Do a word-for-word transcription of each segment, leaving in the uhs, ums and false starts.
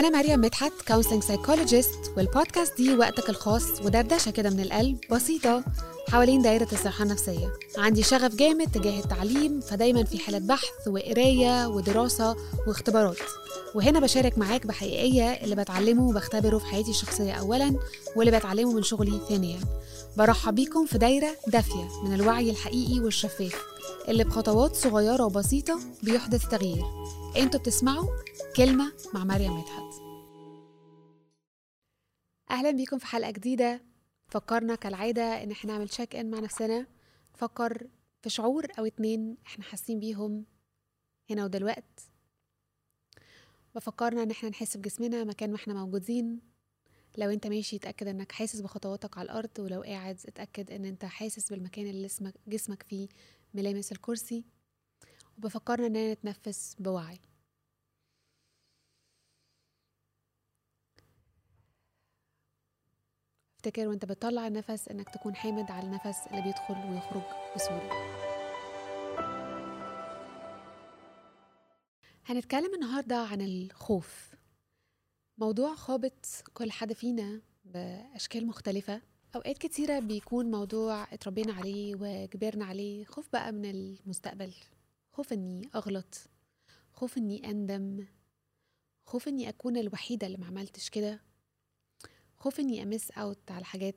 أنا مريم مدحت كونسلنج سايكولوجيست، والبودكاست دي وقتك الخاص ودردشة كده من القلب بسيطة حوالين دايرة الصحة النفسية. عندي شغف جامد تجاه التعليم، فدايما في حالة بحث وقراية ودراسة واختبارات، وهنا بشارك معاك بحقيقية اللي بتعلمه وبختبره في حياتي الشخصية أولا، واللي بتعلمه من شغلي ثانيا. برحب بيكم في دايرة دافية من الوعي الحقيقي والشفاف اللي بخطوات صغيرة وبسيطة بيحدث تغيير. انتوا بتسمعوا كلمة مع مريم مدحت. أهلا بيكم في حلقة جديدة. فكرنا كالعادة إن احنا نعمل تشيك ان مع نفسنا، نفكر في شعور أو اتنين احنا حاسين بيهم هنا ودلوقت. بفكرنا إن احنا نحس بجسمنا مكان ما احنا موجودين. لو انت ماشي اتأكد انك حاسس بخطواتك على الأرض، ولو قاعد اتأكد ان انت حاسس بالمكان اللي جسمك فيه ملامس الكرسي. وبفكرنا اننا نتنفس بوعي. افتكر وانت بتطلع النفس انك تكون حامد على النفس اللي بيدخل ويخرج بسهولة. هنتكلم النهاردة عن الخوف، موضوع خابط كل حد فينا بأشكال مختلفة. أوقات كتيرة بيكون موضوع اتربينا عليه وكبرنا عليه، خوف بقى من المستقبل، خوف اني أغلط، خوف اني أندم، خوف اني أكون الوحيدة اللي معملتش كده، خوف اني أمس أوت على حاجات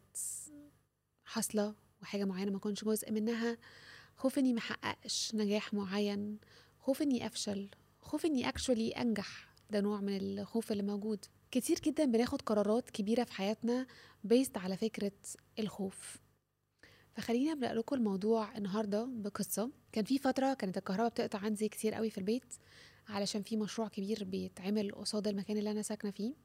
حاصلة وحاجة معينة ما كنش جزء منها، خوف اني محققش نجاح معين، خوف اني أفشل، خوف اني اكشولي أنجح. ده نوع من الخوف اللي موجود كتير جدا. بناخد قرارات كبيرة في حياتنا بيست على فكرة الخوف. فخلينا أبدأ لكم الموضوع النهاردة بقصة. كان في فترة كانت الكهرباء بتقطع عندي كتير قوي في البيت، علشان في مشروع كبير بيتعمل قصاد المكان اللي أنا ساكنة فيه.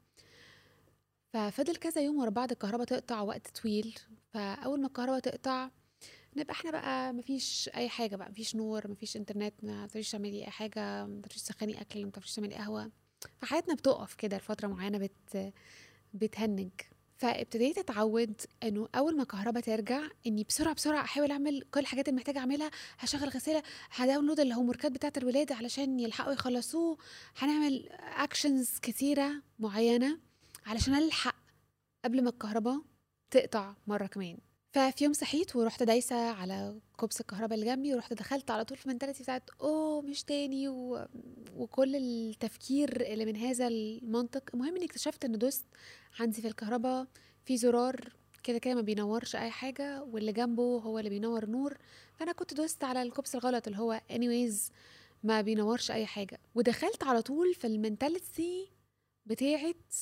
ففضل كذا يوم ورا بعض الكهرباء تقطع وقت طويل. فأول ما الكهرباء تقطع نبقى احنا بقى مفيش اي حاجه، بقى مفيش نور، مفيش انترنت، ما تقدريش تعملي اي حاجه، ما تقدريش تسخني اكل، ما تقدريش تعملي قهوه. فحياتنا بتقف كده لفتره معينه، بت بتهنج. فابتديت اتعود انه اول ما الكهرباء ترجع اني بسرعه بسرعه احاول اعمل كل الحاجات اللي محتاجه اعملها. هشغل غساله، هداونلود الهوموركات بتاعه الولاد علشان يلحقوا يخلصوه، هنعمل اكشنز كتيره معينه علشان الحق قبل ما الكهرباء تقطع مره كمان. ففي يوم صحيت ورحت دايسة على كوبس الكهرباء اللي جنبي، ورحت دخلت على طول في المنتاليتي بتاعت اوه مش تاني و... وكل التفكير اللي من هذا المنطق. المهم اني اكتشفت ان دوست عندي في الكهرباء في زرار كده كده ما بينورش اي حاجة، واللي جنبه هو اللي بينور نور. فانا كنت دوست على الكوبس الغلط اللي هو anyways ما بينورش اي حاجة، ودخلت على طول في المنتاليتي بتاعت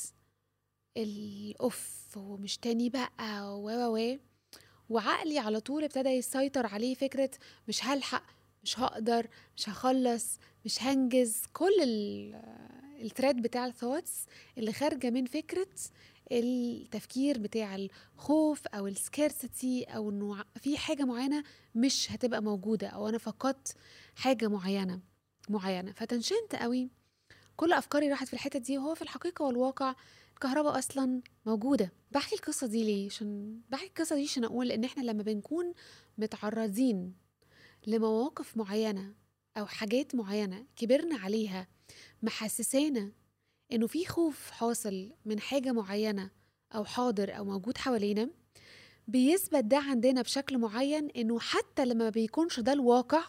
الاوف ومش تاني بقى و و و وعقلي على طول ابتدى يسيطر عليه فكرة مش هلحق، مش هقدر، مش هخلص، مش هنجز. كل الثريد بتاع الثوتس اللي خارجة من فكرة التفكير بتاع الخوف أو السكيرسيتي، أو إنه في حاجة معينة مش هتبقى موجودة، أو أنا فقدت حاجة معينة معينة فتنشنت قوي. كل أفكاري راحت في الحتة دي، وهو في الحقيقة والواقع الكهرباء أصلا موجودة. بحكي القصة دي ليه؟ عشان بحكي القصة دي عشان أقول إن إحنا لما بنكون متعرضين لمواقف معينة أو حاجات معينة كبرنا عليها محسسانا إنه في خوف حاصل من حاجة معينة أو حاضر أو موجود حوالينا، بيثبت ده عندنا بشكل معين إنه حتى لما ما بيكونش ده الواقع،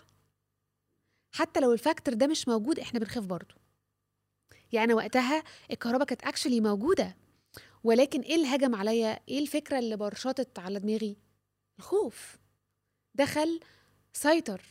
حتى لو الفاكتور ده مش موجود إحنا بنخاف برضو. يعني وقتها الكهرباء كانت اكشلي موجودة، ولكن ايه اللي هجم عليا؟ ايه الفكرة اللي برشطت على دماغي؟ الخوف دخل سيطر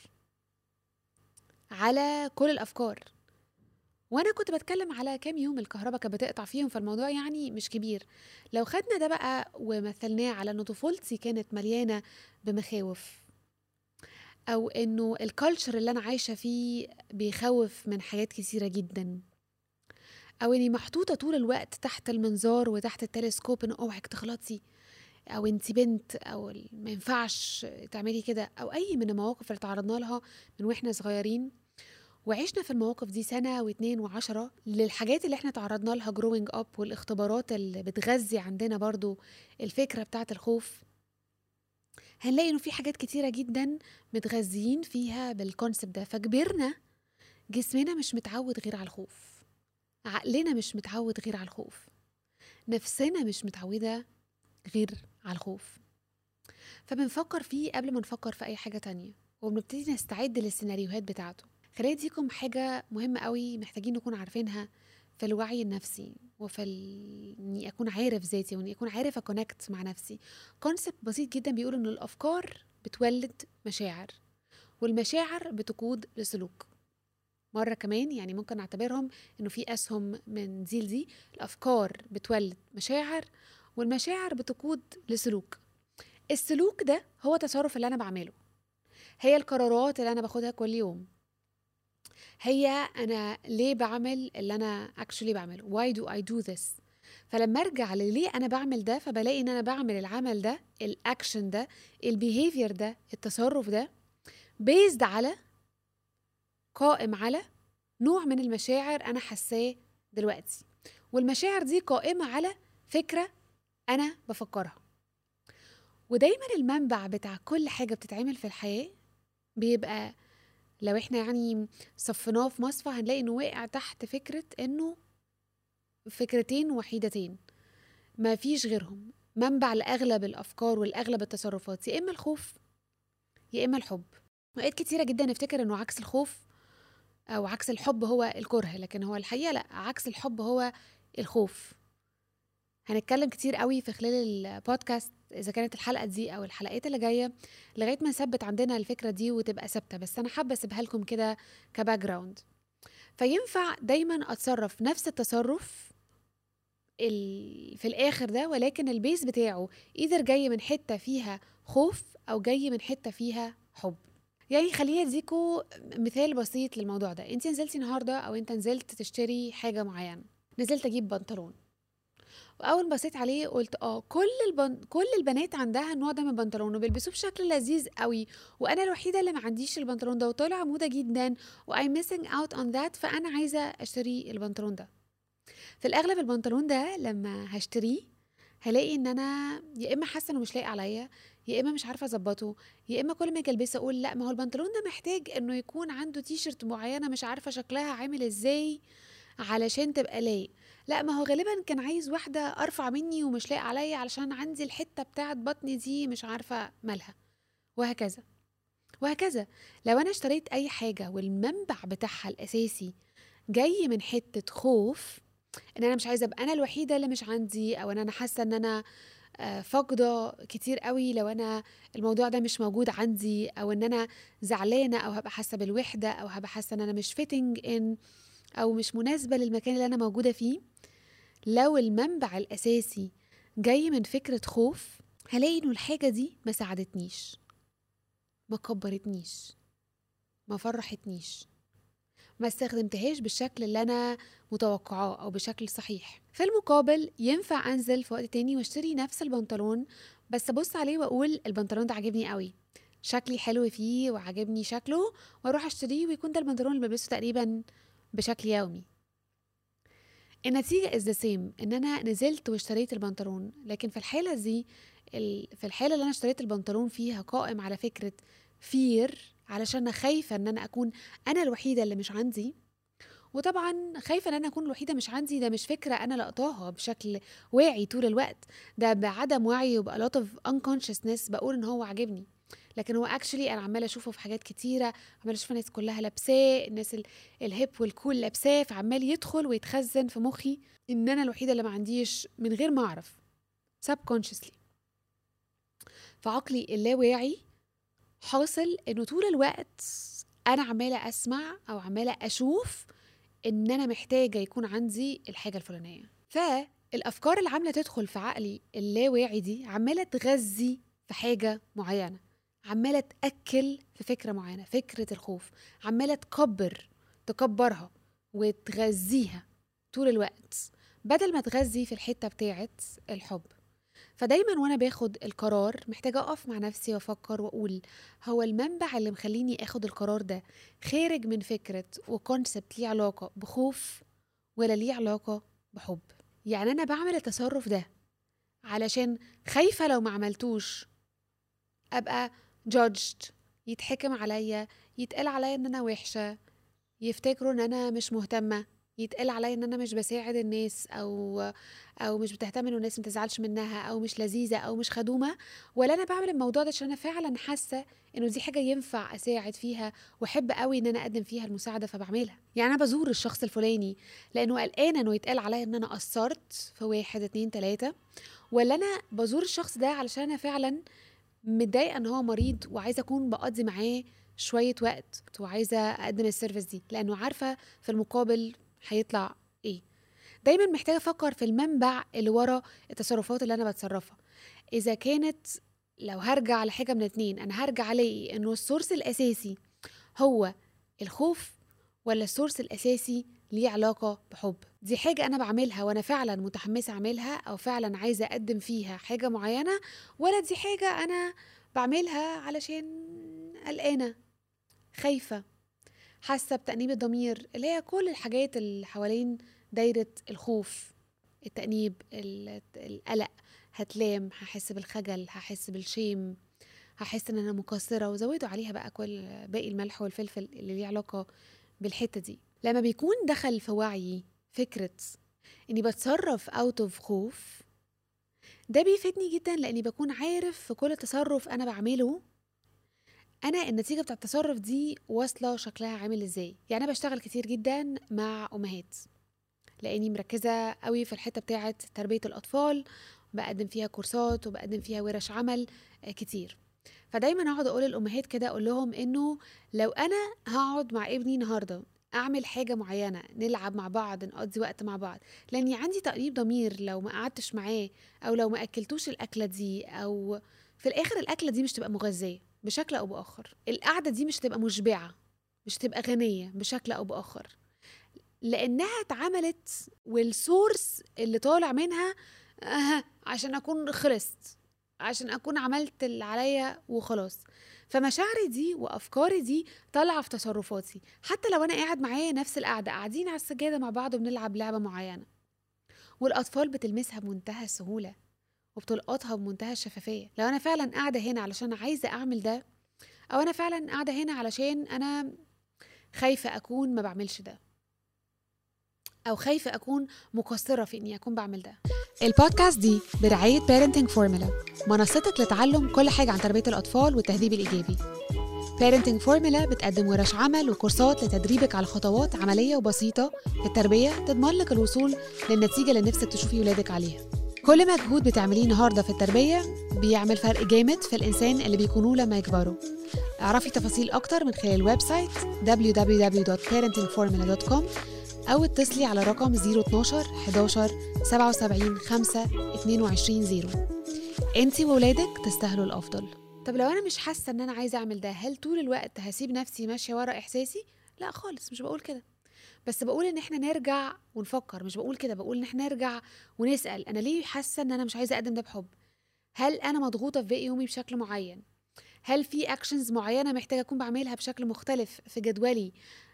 على كل الافكار. وانا كنت بتكلم على كام يوم الكهرباء كانت بتقطع فيهم، فالموضوع يعني مش كبير. لو خدنا ده بقى ومثلناه على انه طفولتي كانت مليانة بمخاوف، او انه الكالتشر اللي انا عايشة فيه بيخوف من حاجات كثيرة جدا، او اني محطوطه طول الوقت تحت المنظار وتحت التلسكوب ان اوعك تغلطي، او انتي بنت، او ما ينفعش تعملي كده، او اي من المواقف اللي تعرضنا لها من واحنا صغيرين، وعشنا في المواقف دي سنه واثنين وعشرة، للحاجات اللي احنا تعرضنا لها جروينج اب، والاختبارات اللي بتغذي عندنا برضو الفكره بتاعه الخوف. هنلاقي انه في حاجات كتيره جدا متغذيين فيها بالكونسبت ده، فكبرنا جسمنا مش متعود غير على الخوف. عقلنا مش متعود غير على الخوف، نفسنا مش متعودة غير على الخوف، فبنفكر فيه قبل ما نفكر في أي حاجة تانية، وبنبتدي نستعد للسيناريوهات بتاعته. خليني اديكم حاجة مهمة قوي محتاجين نكون عارفينها في الوعي النفسي، وفي ال... اني اكون عارف ذاتي، واني اكون عارف اكونكت مع نفسي. كونسبت بسيط جدا بيقول ان الافكار بتولد مشاعر، والمشاعر بتقود لسلوك. مرة كمان يعني ممكن نعتبرهم انه في اسهم من دي لدي. الافكار بتولد مشاعر، والمشاعر بتقود لسلوك. السلوك ده هو التصرف اللي انا بعمله، هي القرارات اللي انا باخدها كل يوم، هي انا ليه بعمل اللي انا actually بعمله. why do I do this؟ فلما ارجع لليه انا بعمل ده، فبلاقي ان انا بعمل العمل ده، الاكشن ده، البيهيفير ده، التصرف ده based على، قائم على نوع من المشاعر انا حاساه دلوقتي، والمشاعر دي قائمة على فكرة انا بفكرها. ودايما المنبع بتاع كل حاجة بتتعمل في الحياة بيبقى، لو احنا يعني صفناه في مصفى هنلاقي انه واقع تحت فكرة انه فكرتين وحيدتين ما فيش غيرهم، منبع لأغلب الأفكار والأغلب التصرفات، يا إما الخوف يا إما الحب. وقت كتيرة جدا نفتكر انه عكس الخوف أو عكس الحب هو الكره، لكن هو الحقيقة لا، عكس الحب هو الخوف. هنتكلم كتير قوي في خلال البودكاست، إذا كانت الحلقة دي أو الحلقات اللي جاية، لغاية ما نثبت عندنا الفكرة دي وتبقى ثابتة، بس أنا حابة أسيبها لكم كده كباك جراوند. فينفع دايما أتصرف نفس التصرف في الآخر ده، ولكن البيس بتاعه إذا جاي من حتة فيها خوف أو جاي من حتة فيها حب. يعني خليني اديكوا مثال بسيط للموضوع ده. انت نزلتي النهارده او انت نزلت تشتري حاجه معينه، نزلت اجيب بنطلون، واول بصيت عليه قلت اه كل البن... كل البنات عندها النوع ده من البنطلون وبيلبسوه بشكل لذيذ قوي، وانا الوحيده اللي ما عنديش البنطلون ده وطالع موضه جدا و I'm missing out on that، فانا عايزه اشتري البنطلون ده. في الاغلب البنطلون ده لما هشتريه هلاقي ان انا يا اما حاسه انه مش لايق عليا، يا اما مش عارفه اظبطه، يا اما كل ما اجي البسه اقول لا، ما هو البنطلون ده محتاج انه يكون عنده تيشرت معينه مش عارفه شكلها عامل ازاي علشان تبقى لايق، لا ما هو غالبا كان عايز واحده ارفع مني ومش لايق عليا علشان عندي الحته بتاعت بطني دي مش عارفه مالها، وهكذا وهكذا. لو انا اشتريت اي حاجه والمنبع بتاعها الاساسي جاي من حته خوف ان انا مش عايزه ابقى انا الوحيده اللي مش عندي، او ان انا حاسه ان انا فاقده كتير قوي لو انا الموضوع ده مش موجود عندي، او ان انا زعلانه او هبقى حاسه بالوحده او هبقى حاسه ان انا مش فيتنج ان او مش مناسبه للمكان اللي انا موجوده فيه، لو المنبع الاساسي جاي من فكره خوف هلاقي انه الحاجه دي ما ساعدتنيش، ما كبرتنيش، ما فرحتنيش، ما استخدمتهاش بالشكل اللي انا متوقعاه او بشكل صحيح. في المقابل ينفع انزل في وقت تاني واشتري نفس البنطلون، بس ابص عليه واقول البنطلون ده عاجبني قوي، شكلي حلو فيه وعجبني شكله، واروح اشتريه ويكون ده البنطلون اللي بلبسه تقريبا بشكل يومي. النتيجة is the same، ان انا نزلت واشتريت البنطلون، لكن في الحالة دي في الحالة اللي انا اشتريت البنطلون فيها قائم على فكرة فير، علشان انا خايفة ان انا اكون انا الوحيدة اللي مش عندي. وطبعا خايفة ان انا اكون الوحيدة مش عندي ده مش فكرة انا لقطاها بشكل واعي طول الوقت، ده بعدم وعي وبقى lot of unconsciousness بقول ان هو عاجبني، لكن هو actually انا عمالة اشوفه في حاجات كتيرة، عمالة اشوف الناس كلها لابساه، الناس الهيب والكول لابساه، فعمال يدخل ويتخزن في مخي ان انا الوحيدة اللي ما عنديش من غير ما اعرف subconsciously. فعقلي اللاواعي حاصل انه طول الوقت انا عمالة اسمع او عمالة اشوف ان انا محتاجة يكون عندي الحاجة الفلانية. فالافكار اللي عاملة تدخل في عقلي اللاواعي دي عمالة تغذي في حاجة معينة، عمالة تأكل في فكرة معينة، فكرة الخوف، عمالة تكبر تكبرها وتغذيها طول الوقت بدل ما تغذي في الحتة بتاعت الحب. فدايما وانا باخد القرار محتاجة اقف مع نفسي وافكر واقول هو المنبع اللي مخليني اخد القرار ده خارج من فكرة وكونسبت ليه علاقة بخوف ولا ليه علاقة بحب. يعني انا بعمل التصرف ده علشان خايفة لو ما عملتوش ابقى judged، يتحكم عليا، يتقال عليا ان انا وحشة، يفتكروا ان انا مش مهتمة، يتقال عليا ان انا مش بساعد الناس او او مش بتهتم ان الناس ما تزعلش منها او مش لذيذه او مش خدومه، ولا انا بعمل الموضوع ده عشان انا فعلا حاسه انه دي حاجه ينفع اساعد فيها واحب قوي ان انا اقدم فيها المساعده فبعملها. يعني انا بزور الشخص الفلاني لانه قلقانه انه يتقال عليا ان انا قصرت في واحد اتنين تلاته، ولا انا بزور الشخص ده علشان انا فعلا متضايقه ان هو مريض وعايزه اكون بقضي معاه شويه وقت وعايزه اقدم السيرفيس دي لانه عارفه في المقابل هيطلع ايه. دايما محتاجه افكر في المنبع اللي ورا التصرفات اللي انا بتصرفها. اذا كانت لو هرجع لحاجه من اتنين، انا هرجع الاقي انه السورس الاساسي هو الخوف، ولا السورس الاساسي ليه علاقه بحب. دي حاجه انا بعملها وانا فعلا متحمسه اعملها او فعلا عايزه اقدم فيها حاجه معينه، ولا دي حاجه انا بعملها علشان قلقانه، خايفه، حاسه بتأنيب الضمير، اللي هي كل الحاجات اللي حوالين دايره الخوف، التأنيب، ال- القلق. هتلام، هحس بالخجل، هحس بالشيم، هحس ان انا مقصره، وزودوا عليها بقى كل باقي الملح والفلفل اللي ليه علاقه بالحته دي. لما بيكون دخل في وعي فكره اني بتصرف اوت اوف خوف، ده بيفيدني جدا لاني بكون عارف في كل تصرف انا بعمله انا النتيجه بتاع التصرف دي واصله شكلها عامل ازاي. يعني انا بشتغل كتير جدا مع امهات لاني مركزه قوي في الحته بتاعه تربيه الاطفال، بقدم فيها كورسات وبقدم فيها ورش عمل آه، كتير. فدايما اقعد اقول للامهات كده، اقول لهم انه لو انا هقعد مع ابني النهارده اعمل حاجه معينه، نلعب مع بعض، نقضي وقت مع بعض، لاني عندي تأنيب ضمير لو ما قعدتش معاه او لو ما اكلتوش الاكله دي، او في الاخر الاكله دي مش تبقى مغذيه بشكل او باخر، القعده دي مش تبقى مشبعه، مش تبقى غنيه بشكل او باخر، لانها اتعملت والسورس اللي طالع منها آه عشان اكون خلصت، عشان اكون عملت اللي عليا وخلاص. فمشاعري دي وافكاري دي طالعه في تصرفاتي، حتى لو انا قاعد معايا نفس القعده، قاعدين على السجاده مع بعض وبنلعب لعبه معينه، والاطفال بتلمسها بمنتهى السهوله وبتلقطها بمنتهى الشفافيه. لو انا فعلا قاعده هنا علشان عايزه اعمل ده، او انا فعلا قاعده هنا علشان انا خايفه اكون ما بعملش ده، أو خايفة أكون مقصرة في إني أكون بعمل ده. البودكاست دي برعاية Parenting Formula، منصتك لتعلم كل حاجة عن تربية الأطفال والتهذيب الإيجابي. Parenting Formula بتقدم ورش عمل وكورسات لتدريبك على خطوات عملية وبسيطة في التربية تضمن لك الوصول للنتيجة اللي نفسك تشوفي ولادك عليها. كل مجهود بتعمليه النهاردة في التربية بيعمل فرق جامد في الإنسان اللي بيكونوه لما يكبروا. اعرفي تفاصيل أكتر من خلال الويب سايت دبليو دبليو دبليو دوت بيرنتنج فورمولا دوت كوم أو اتصلي على رقم صفر اتناشر حداشر سبعة وسبعين خمسة اتنين وعشرين صفر. انتي وولادك تستاهلوا الأفضل. طب لو أنا مش حاسة إن أنا عايزة أعمل ده، هل طول الوقت هسيب نفسي ماشية ورا إحساسي؟ لا خالص، مش بقول كده، بس بقول إن إحنا نرجع ونفكر. مش بقول كده، بقول إن إحنا نرجع ونسأل أنا ليه حاسة إن أنا مش عايزة أقدم ده بحب. هل أنا مضغوطة في باقي يومي بشكل معين؟ هل في اكشنز معينه محتاجه اكون بعملها بشكل مختلف في جدولي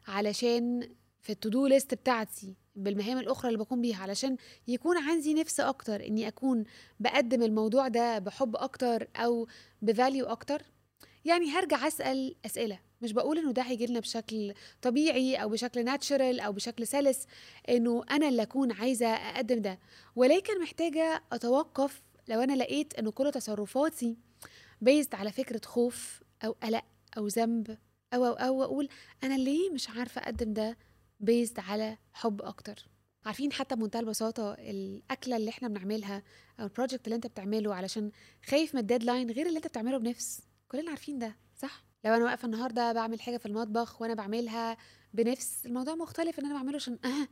علشان في التودو ليست بتاعتي بالمهام الاخرى اللي بقوم بيها، علشان يكون عندي نفس اكتر اني اكون بقدم الموضوع ده بحب اكتر او بفاليو اكتر؟ يعني هرجع اسال اسئله. مش بقول انه ده هيجي لنا بشكل طبيعي او بشكل ناتشرال او بشكل سلس انه انا اللي اكون عايزه اقدم ده، ولكن محتاجه اتوقف لو انا لقيت انه كل تصرفاتي بيزد على فكرة خوف أو قلق أو ذنب، أو أو أو أقول أنا ليه مش عارفة أقدم ده بيزد على حب أكتر. عارفين حتى بمنتهى البساطة الأكلة اللي احنا بنعملها أو البروجكت اللي انت بتعمله علشان خايف من الديدلاين غير اللي انت بتعمله بنفس. كلنا عارفين ده صح؟ لو أنا واقفة النهاردة بعمل حاجة في المطبخ وأنا بعملها بنفس، الموضوع مختلف إن أنا بعمله عشان أه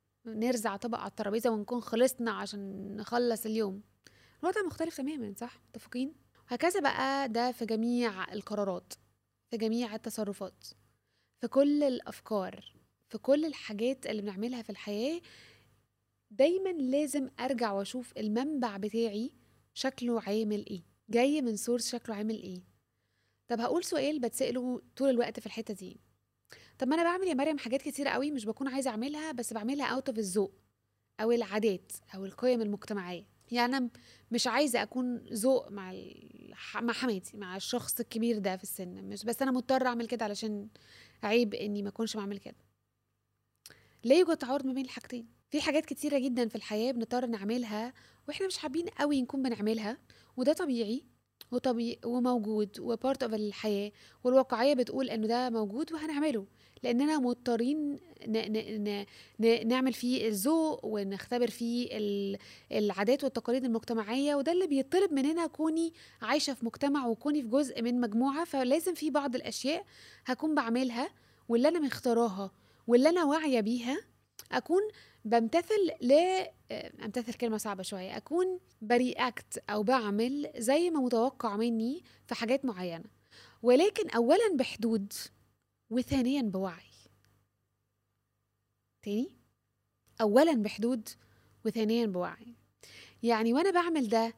نرزع طبق على الترابيزة ونكون خلصنا عشان نخلص اليوم. الوضع مختلف تماما، صح؟ متفقين؟ هكذا بقى ده في جميع القرارات، في جميع التصرفات، في كل الأفكار، في كل الحاجات اللي بنعملها في الحياة. دايما لازم أرجع وأشوف المنبع بتاعي شكله عامل إيه، جاي من سورس شكله عامل إيه. طب هقول سؤال بتسأله طول الوقت في الحتة دي، طب ما أنا بعمل يا مريم حاجات كتير قوي مش بكون عايزة أعملها، بس بعملها أوت اوف الذوق أو العادات أو القيم المجتمعية. يعني أنا مش عايزة أكون ذوق مع الح... مع حماتي، مع الشخص الكبير ده في السن، مش بس أنا مضطرة أعمل كده علشان عيب إني ما أكونش بعمل كده. لا يوجد تعارض ما بين الحاجتين. في حاجات كتيرة جدا في الحياة بنضطر نعملها واحنا مش حابين قوي نكون بنعملها، وده طبيعي وطبيعي وموجود وبارت اوف الحياة، والواقعية بتقول انه ده موجود وهنعمله لاننا مضطرين ن ن ن ن نعمل فيه الذوق ونختبر فيه ال- العادات والتقاليد المجتمعية، وده اللي بيطلب مننا كوني عايشة في مجتمع وكوني في جزء من مجموعة، فلازم في بعض الاشياء هكون بعملها واللي انا مختاراها واللي انا واعية بيها اكون بمتثل ل آه، امتثل كلمة صعبة شوية، اكون برياكت او بعمل زي ما متوقع مني في حاجات معينة، ولكن اولا بحدود وثانيا بوعي. تاني، اولا بحدود وثانيا بوعي. يعني وانا بعمل ده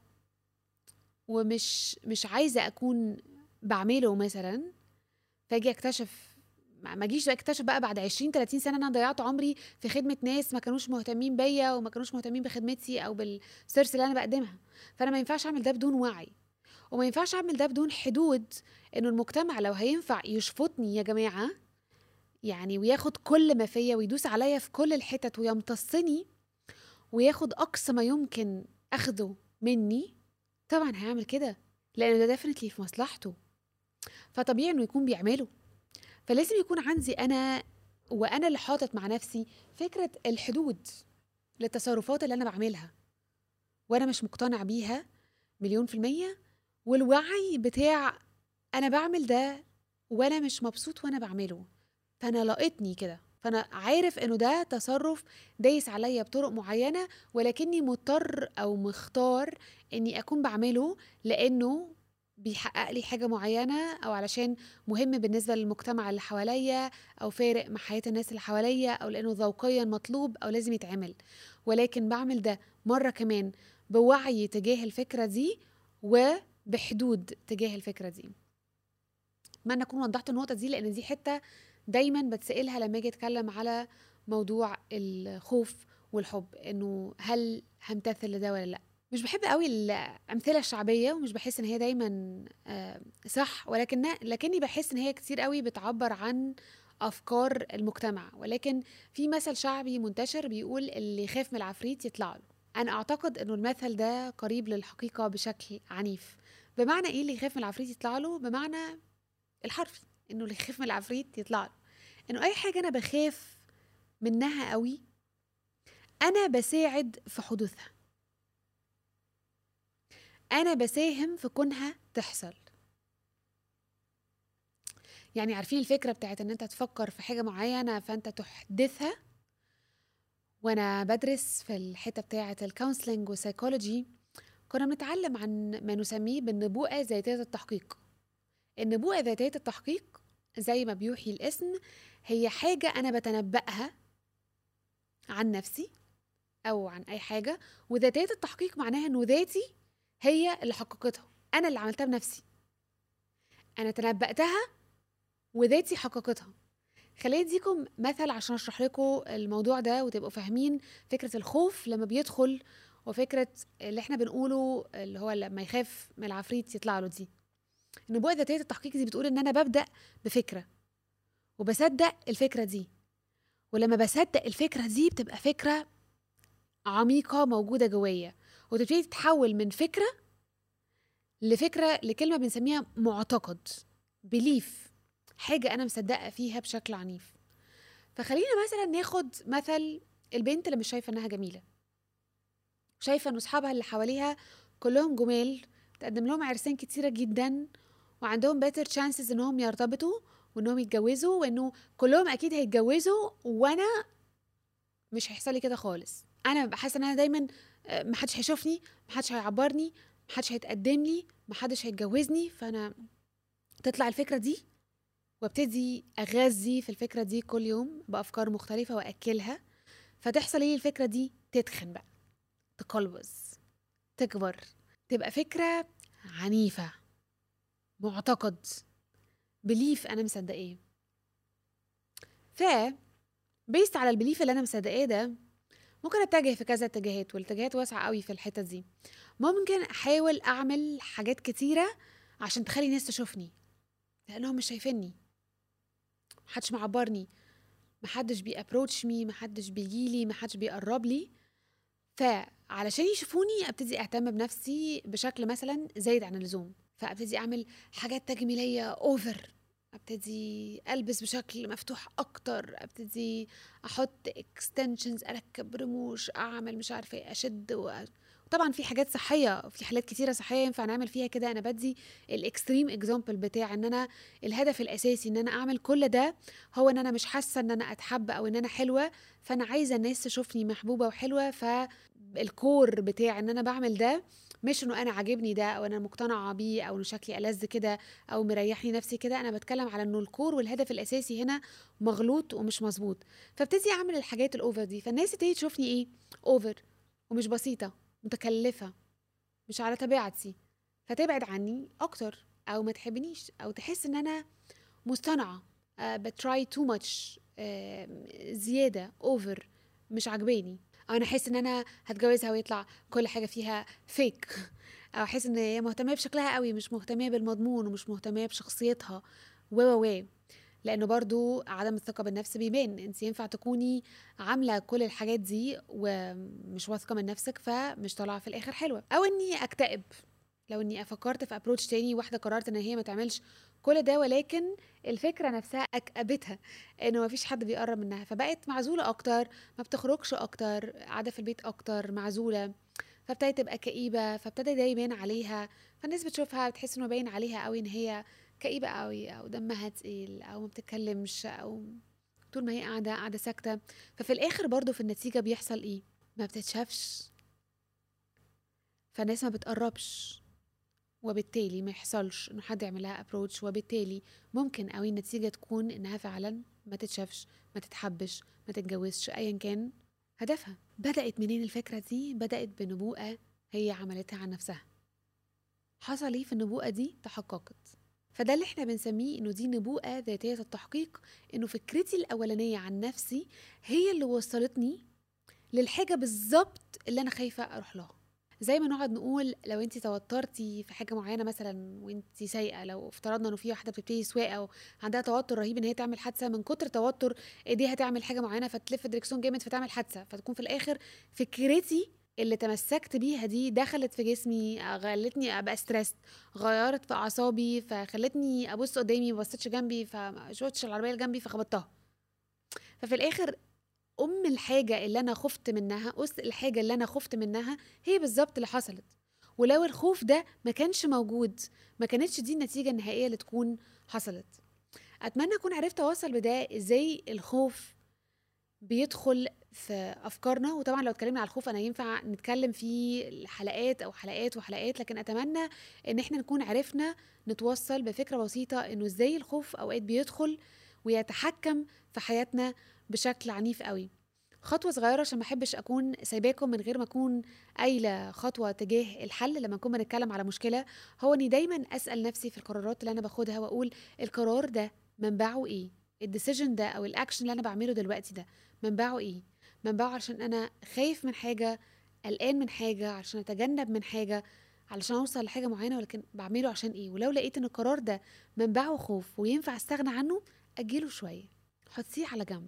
ومش مش عايزة اكون بعمله مثلا، فاجي اكتشف، ما ما اجيش اكتشف بقى بعد عشرين تلاتين سنه انا ضيعت عمري في خدمه ناس ما كانوش مهتمين بيا وما كانوش مهتمين بخدمتي او بالسيرس اللي انا بقدمها. فانا ما ينفعش اعمل ده بدون وعي، وما ينفعش اعمل ده بدون حدود. انه المجتمع لو هينفع يشفطني يا جماعه يعني، وياخد كل ما فيا ويدوس عليا في كل الحتت ويمتصني وياخد اقصى ما يمكن اخده مني، طبعا هيعمل كده لانه ده ديفنتلي في مصلحته، فطبيعي انه يكون بيعمله. فلازم يكون عندي أنا وأنا اللي حاطط مع نفسي فكرة الحدود للتصرفات اللي أنا بعملها وأنا مش مقتنع بيها مليون في المية، والوعي بتاع أنا بعمل ده وأنا مش مبسوط وأنا بعمله، فأنا لقيتني كده، فأنا عارف إنه ده تصرف دايس عليا بطرق معينة، ولكني مضطر أو مختار إني أكون بعمله لأنه بيحقق لي حاجة معينة، أو علشان مهم بالنسبة للمجتمع اللي حواليا، أو فارق مع حياة الناس اللي حواليا، أو لأنه ذوقيا مطلوب أو لازم يتعمل. ولكن بعمل ده مرة كمان بوعي تجاه الفكرة دي وبحدود تجاه الفكرة دي. ما أنا أكون وضحت النقطة دي لأن دي حتة دايما بتسألها لما أجي أتكلم على موضوع الخوف والحب، إنه هل همتثل لده ولا لأ. مش بحب قوي الأمثلة الشعبية ومش بحس إن هي دايما آه، صح، ولكن لكني بحس إن هي كتير قوي بتعبر عن أفكار المجتمع. ولكن في مثل شعبي منتشر بيقول اللي يخاف من العفريت يطلع له. أنا أعتقد إنه المثل ده قريب للحقيقة بشكل عنيف. بمعنى إيه اللي يخاف من العفريت يطلع له؟ بمعنى الحرفي إنه اللي يخاف من العفريت يطلع له، إنه أي حاجة أنا بخاف منها قوي أنا بساعد في حدوثها، أنا بساهم في كونها تحصل. يعني عارفين الفكرة بتاعت ان انت تفكر في حاجة معينة فانت تحدثها. وانا بدرس في الحتة بتاعت الكونسلنج والسايكولوجي كنا بنتعلم عن ما نسميه بالنبوءة ذاتية التحقيق. النبوءة ذاتية التحقيق زي ما بيوحي الاسم هي حاجة انا بتنبأها عن نفسي او عن اي حاجة، وذاتية التحقيق معناها انه ذاتي هي اللي حققتها، انا اللي عملتها بنفسي، انا تنبأتها وذاتي حققتها. خليني اديكم مثل عشان اشرح لكم الموضوع ده وتبقوا فاهمين فكرة الخوف لما بيدخل، وفكرة اللي احنا بنقوله اللي هو لما يخاف من العفريت يطلع له دي. النبوءة ذاتية التحقيق دي بتقول ان انا ببدأ بفكرة وبصدق الفكرة دي، ولما بصدق الفكرة دي بتبقى فكرة عميقة موجودة جوايا، وتبتدي تتحول من فكرة لفكرة لكلمة بنسميها معتقد، بليف، حاجة أنا مصدقة فيها بشكل عنيف. فخلينا مثلا ناخد مثل البنت اللي مش شايفة انها جميلة، شايفة ان اصحابها اللي حواليها كلهم جمال، تقدم لهم عرسان كتيرة جدا، وعندهم better chances انهم يرتبطوا وانهم يتجوزوا، وانه كلهم اكيد هيتجوزوا، وانا مش هيحصل لي كده خالص. انا ببقى حاسة ان انا دايما آه، محدش هيشوفني، محدش هيعبرني، محدش هيتقدم لي، محدش هيتجوزني. فانا تطلع الفكرة دي وابتدي اغذي في الفكرة دي كل يوم بافكار مختلفة واكلها، فتحصل ايه الفكرة دي؟ تتخن بقى، تقلبز، تكبر، تبقى فكرة عنيفة، معتقد، بليف انا مصدقاه. ف بيست على البليف اللي انا مصدقاه ده ممكن اتجه في كذا اتجاهات، والاتجاهات واسعة قوي في الحتة دي. ممكن احاول اعمل حاجات كتيرة عشان تخلي الناس تشوفني لانهم مش شايفيني، محدش معبرني، محدش بيابروتش مي، محدش بيجيلي، محدش بيقرب لي. فعلشان يشوفوني ابتدي اهتم بنفسي بشكل مثلا زايد عن اللزوم، فابتدي اعمل حاجات تجميليه اوفر، ابتدي البس بشكل مفتوح اكتر، ابتدي احط اكستنشنز، اركب رموش، اعمل مش عارفه ايه، اشد و... طبعا في حاجات صحيه، في حالات كتيره صحيه ينفع نعمل فيها كده. انا بدي الاكستريم اكزامبل بتاع ان انا الهدف الاساسي ان انا اعمل كل ده هو ان انا مش حاسه ان انا اتحب او ان انا حلوه، فانا عايزه الناس تشوفني محبوبه وحلوه. فالكور بتاع ان انا بعمل ده مش انه انا عاجبني ده او انا مقتنعه بيه او انه شكلي ألذ كده او مريحني نفسي كده، انا بتكلم على انه الكور والهدف الاساسي هنا مغلوط ومش مظبوط. فابتدي اعمل الحاجات الاوفر دي، فالناس تبتدي تشوفني ايه؟ اوفر ومش بسيطه، متكلفه، مش على طبيعتي، فتبعد عني اكتر او ما تحبنيش او تحس ان انا مصطنعه، آه بتراي تو ماتش، زياده اوفر، مش عجباني. او انا احس ان انا هتجوزها ويطلع كل حاجه فيها فيك او احس ان هي مهتمه بشكلها قوي، مش مهتمه بالمضمون ومش مهتمه بشخصيتها و و و لانه برضو عدم الثقه بالنفس بيبان. انت ينفع تكوني عامله كل الحاجات دي ومش واثقه من نفسك فمش طالعه في الاخر حلوه. او اني اكتئب لو اني فكرت في ابروتش تاني، واحده قررت ان هي ما تعملش كل ده ولكن الفكره نفسها اكأبتها انه مفيش حد بيقرب منها، فبقت معزوله اكتر، ما بتخرجش اكتر، قاعده في البيت اكتر، معزوله، فابتدت تبقى كئيبه، فابتدى ده يبان عليها. فالناس بتشوفها بتحس انه باين عليها قوي ان هي كئيبه قوي او دمها تقيل او ما بتتكلمش او طول ما هي قاعده قاعده ساكته. ففي الاخر برضو في النتيجه بيحصل ايه؟ ما بتتشافش، فالناس ما بتقربش، وبالتالي ما يحصلش انه حد يعمل لها ابروتش، وبالتالي ممكن قوي النتيجه تكون انها فعلا ما تتشافش، ما تتحبش، ما تتجوزش، ايا كان هدفها. بدات منين الفكره دي؟ بدات بنبوءه هي عملتها عن نفسها. حصل ايه في النبوءه دي؟ تحققت. فده اللي احنا بنسميه انه دي نبوءه ذاتيه التحقيق، انه فكرتي الاولانيه عن نفسي هي اللي وصلتني للحاجه بالظبط اللي انا خايفه اروح لها. زي ما نقعد نقول لو انت توترتي في حاجه معينه مثلا وانت سايقه، لو افترضنا انه في واحده بتبتدي سواقه وعندها توتر رهيب ان هي تعمل حادثه، من كتر توتر ايديها تعمل حاجه معينه فتلف الدركسيون جامد فتعمل حادثه، فتكون في الاخر فكرتي اللي تمسكت بيها دي دخلت في جسمي، خلتني ابقى ستريس، غيرت في اعصابي، فخلتني ابص قدامي ما بصيتش جنبي، فما شفتش العربيه اللي جنبي فخبطتها. ففي الاخر ام الحاجه اللي انا خفت منها، اس الحاجه اللي انا خفت منها هي بالظبط اللي حصلت. ولو الخوف ده ما كانش موجود ما كانتش دي النتيجه النهائيه اللي تكون حصلت. اتمنى اكون عرفت اوصل بده ازاي الخوف بيدخل في افكارنا. وطبعا لو اتكلمنا على الخوف انا ينفع نتكلم في حلقات او حلقات وحلقات، لكن اتمنى ان احنا نكون عرفنا نتوصل بفكره بسيطه انه ازاي الخوف اوقات بيدخل ويتحكم في حياتنا بشكل عنيف قوي. خطوه صغيره عشان ما احبش اكون سايباكم من غير ما اكون قايله خطوه تجاه الحل لما نكون بنتكلم على مشكله، هو اني دايما اسال نفسي في القرارات اللي انا باخدها واقول القرار ده منبعه ايه؟ الديسيجن ده او الاكشن اللي انا بعمله دلوقتي ده منبعه ايه؟ منبعه عشان انا خايف من حاجه، قلقان من حاجه، عشان اتجنب من حاجه، علشان اوصل لحاجه معينه، ولكن بعمله عشان ايه؟ ولو لقيت ان القرار ده منبعه خوف وينفع استغنى عنه، اجيله شويه، حطيه على جنب،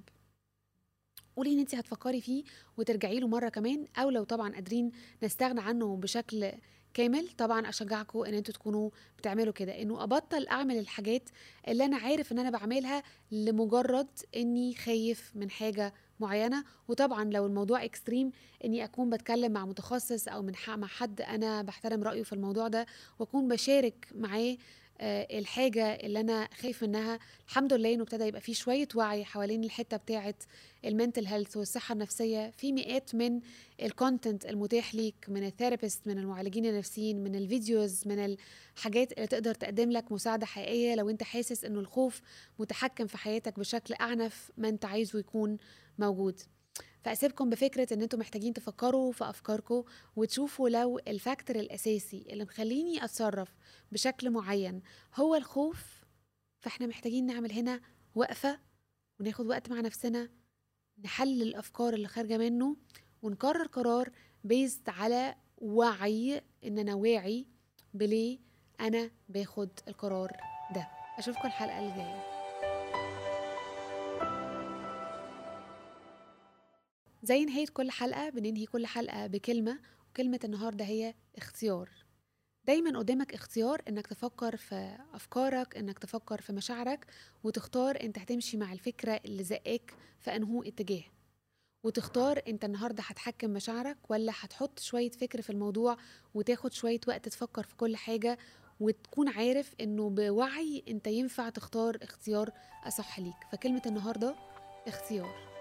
قولي ان انت هتفكري فيه وترجعي له مره كمان. او لو طبعا قادرين نستغنى عنه بشكل كامل، طبعا اشجعكم ان انتوا تكونوا بتعملوا كده، انه ابطل اعمل الحاجات اللي انا عارف ان انا بعملها لمجرد اني خايف من حاجه معينه. وطبعا لو الموضوع اكستريم اني اكون بتكلم مع متخصص او من مع حد انا بحترم رايه في الموضوع ده، واكون بشارك معاه آه الحاجه اللي انا خايف منها. الحمد لله انه ابتدى يبقى فيه شويه وعي حوالين الحته بتاعه المنتل هيلث والصحه النفسيه، في مئات من الكونتنت المتاح ليك، من الثيرابيست، من المعالجين النفسيين، من الفيديوز، من الحاجات اللي تقدر تقدم لك مساعده حقيقيه لو انت حاسس انه الخوف متحكم في حياتك بشكل اعنف ما انت عايزه يكون موجود. فأسيبكم بفكرة ان انتم محتاجين تفكروا في افكاركم وتشوفوا لو الفاكتور الاساسي اللي مخليني اتصرف بشكل معين هو الخوف، فاحنا محتاجين نعمل هنا وقفة وناخد وقت مع نفسنا، نحلل الافكار اللي خارجة منه، ونقرر قرار بيزد على وعي، ان انا واعي بليه انا باخد القرار ده. اشوفكم الحلقة اللي جاية. زي نهاية كل حلقة بننهي كل حلقة بكلمة، وكلمة النهاردة هي اختيار. دايما قدامك اختيار انك تفكر في افكارك، انك تفكر في مشاعرك، وتختار انت هتمشي مع الفكرة اللي زقاك في انهو اتجاه، وتختار انت النهاردة هتحكم مشاعرك ولا هتحط شوية فكر في الموضوع وتاخد شوية وقت تفكر في كل حاجة، وتكون عارف انه بوعي انت ينفع تختار اختيار اصح ليك. فكلمة النهاردة اختيار.